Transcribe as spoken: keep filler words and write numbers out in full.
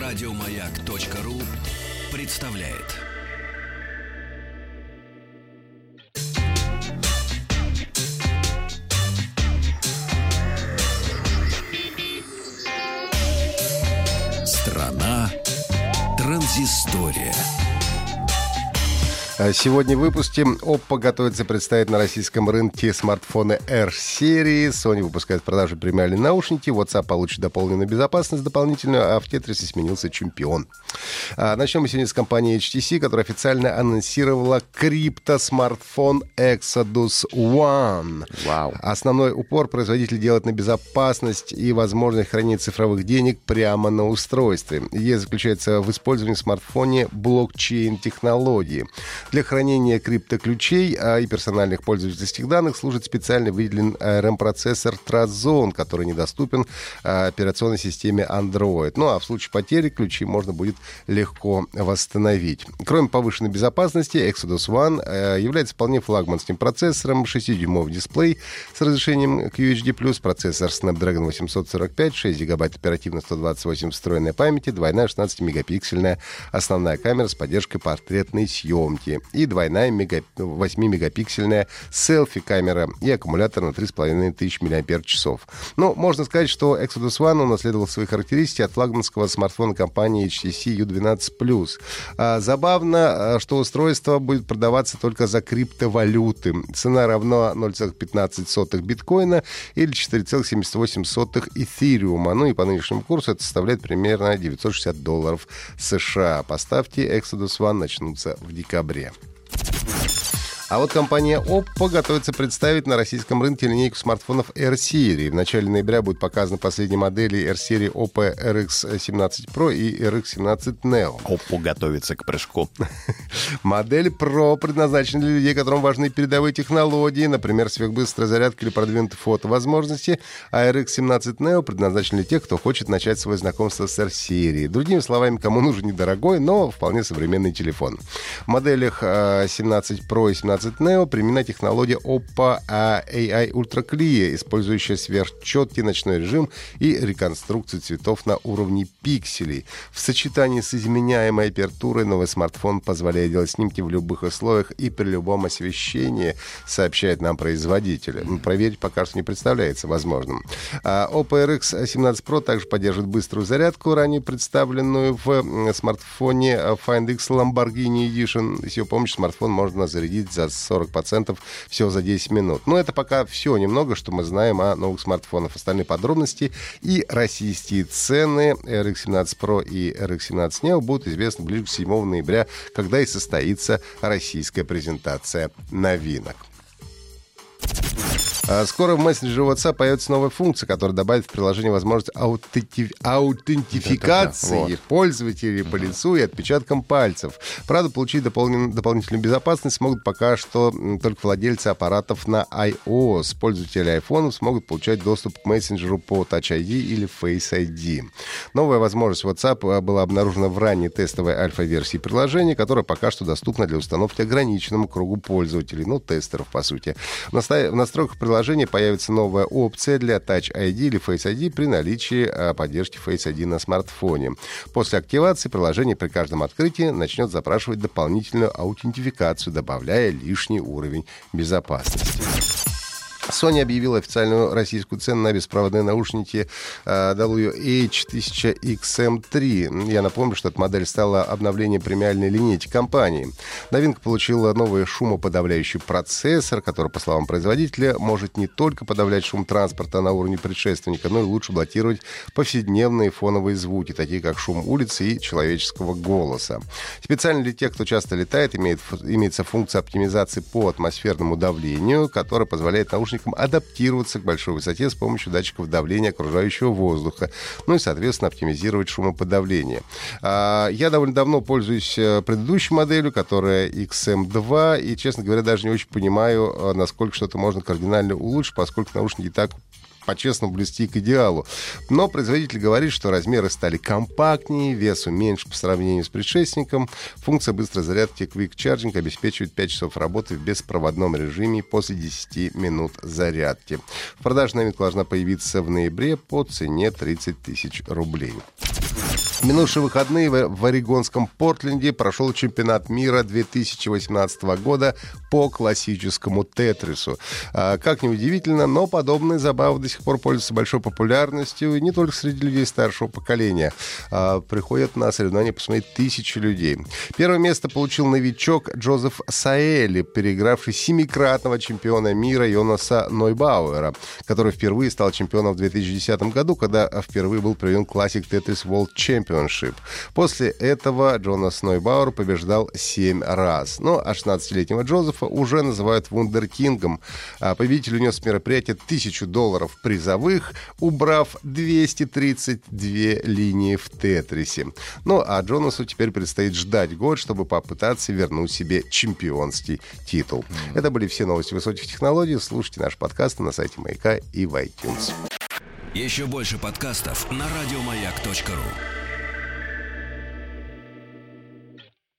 Радиомаяк.ру представляет. Страна транзистория. Сегодня в выпуске Oppo готовится представить на российском рынке смартфоны R-серии, Sony выпускает в продажу премиальные наушники, WhatsApp получит дополненную безопасность дополнительную, а в Тетрисе сменился чемпион. Начнем мы сегодня с компании эйч ти си, которая официально анонсировала крипто-смартфон Exodus One. Вау. Основной упор производитель делает на безопасность и возможность хранения цифровых денег прямо на устройстве. Идея заключается в использовании в смартфоне блокчейн-технологии. Для хранения криптоключей и персональных пользовательских данных служит специально выделен эй ар эм-процессор Trazon, который недоступен операционной системе Android. Ну а в случае потери ключи можно будет легко восстановить. Кроме повышенной безопасности, Exodus One является вполне флагманским процессором, шестидюймовый дисплей с разрешением кью эйч ди плюс, процессор Snapdragon восемьсот сорок пять, шесть гигабайт оперативной сто двадцать восемь встроенной памяти, двойная шестнадцатимегапиксельная основная камера с поддержкой портретной съемки и двойная восьмимегапиксельная селфи-камера и аккумулятор на три с половиной тысячи миллиампер-часов. Но можно сказать, что Exodus One унаследовал свои характеристики от флагманского смартфона компании эйч ти си ю двенадцать плюс. А, забавно, что устройство будет продаваться только за криптовалюты. Цена равна ноль целых пятнадцать сотых биткоина или четыре целых семьдесят восемь сотых эфириума. Ну и по нынешнему курсу это составляет примерно девятьсот шестьдесят долларов США. Поставки Exodus One начнутся в декабре. А вот компания Oppo готовится представить на российском рынке линейку смартфонов R-серии. В начале ноября будут показаны последние модели R-серии Oppo эр икс семнадцать Pro и эр икс семнадцать Neo. Oppo готовится к прыжку. Модель Pro предназначена для людей, которым важны передовые технологии, например, сверхбыстрая зарядка или продвинутые фотовозможности, а эр икс семнадцать Neo предназначен для тех, кто хочет начать свое знакомство с R-серией. Другими словами, кому нужен недорогой, но вполне современный телефон. В моделях семнадцать Pro и семнадцать Neo применена технология Oppo эй ай Ultra Clear, использующая сверхчеткий ночной режим и реконструкцию цветов на уровне пикселей. В сочетании с изменяемой апертурой новый смартфон позволяет делать снимки в любых условиях и при любом освещении, сообщает нам производитель. Проверить пока что не представляется возможным. Oppo эр икс семнадцать Pro также поддерживает быструю зарядку, ранее представленную в смартфоне Find X Lamborghini Edition. С ее помощью смартфон можно зарядить за сорок процентов всего за десять минут. Но это пока все немного, что мы знаем о новых смартфонах. Остальные подробности и российские цены эр икс семнадцать Pro и эр икс семнадцать Neo будут известны ближе к седьмого ноября, когда и состоится российская презентация новинок. Скоро в мессенджере WhatsApp появится новая функция, которая добавит в приложение возможность аутентиф... аутентификации вот. пользователей по лицу и отпечаткам пальцев. Правда, получить допол... дополнительную безопасность смогут пока что только владельцы аппаратов на iOS. Пользователи айфонов смогут получать доступ к мессенджеру по Touch ай ди или Face ай ди. Новая возможность WhatsApp была обнаружена в ранней тестовой альфа-версии приложения, которая пока что доступна для установки ограниченному кругу пользователей, ну, тестеров, по сути. В, наста... в настройках приложения появится новая опция для Touch ай ди или Face ай ди при наличии поддержки Face ай ди на смартфоне. После активации приложение при каждом открытии начнет запрашивать дополнительную аутентификацию, добавляя лишний уровень безопасности. Sony объявила официальную российскую цену на беспроводные наушники дабл ю эйч тысяча икс эм три. Я напомню, что эта модель стала обновлением премиальной линейки компании. Новинка получила новый шумоподавляющий процессор, который, по словам производителя, может не только подавлять шум транспорта на уровне предшественника, но и лучше блокировать повседневные фоновые звуки, такие как шум улицы и человеческого голоса. Специально для тех, кто часто летает, имеет, имеется функция оптимизации по атмосферному давлению, которая позволяет наушникам адаптироваться к большой высоте с помощью датчиков давления окружающего воздуха, ну и, соответственно, оптимизировать шумоподавление. Я довольно давно пользуюсь предыдущей моделью, которая икс эм два, и, честно говоря, даже не очень понимаю, насколько что-то можно кардинально улучшить, поскольку наушники так по-честному близки к идеалу. Но производитель говорит, что размеры стали компактнее, весу меньше по сравнению с предшественником. Функция быстрой зарядки Quick Charging обеспечивает пять часов работы в беспроводном режиме после десять минут зарядки. В продаже новинка должна появиться в ноябре по цене тридцать тысяч рублей. В минувшие выходные в Орегонском Портленде прошел чемпионат мира две тысячи восемнадцатого года по классическому тетрису. Как ни удивительно, но подобные забавы до сих пор пользуются большой популярностью не только среди людей старшего поколения. Приходят на соревнования посмотреть тысячи людей. Первое место получил новичок Джозеф Саэли, переигравший семикратного чемпиона мира Йонаса Нойбауэра, который впервые стал чемпионом в две тысячи десятом году, когда впервые был проведен Classic Tetris World Championship. После этого Джонас Нойбауэр побеждал семь раз. Ну, а шестнадцатилетнего Джозефа уже называют вундеркингом. Победитель унес с мероприятия тысячу долларов призовых, убрав двести тридцать две линии в тетрисе. Ну, а Джонасу теперь предстоит ждать год, чтобы попытаться вернуть себе чемпионский титул. Mm-hmm. Это были все новости высоких технологий. Слушайте наш подкаст на сайте Маяка и в iTunes. Еще больше подкастов на радиомаяк точка ру.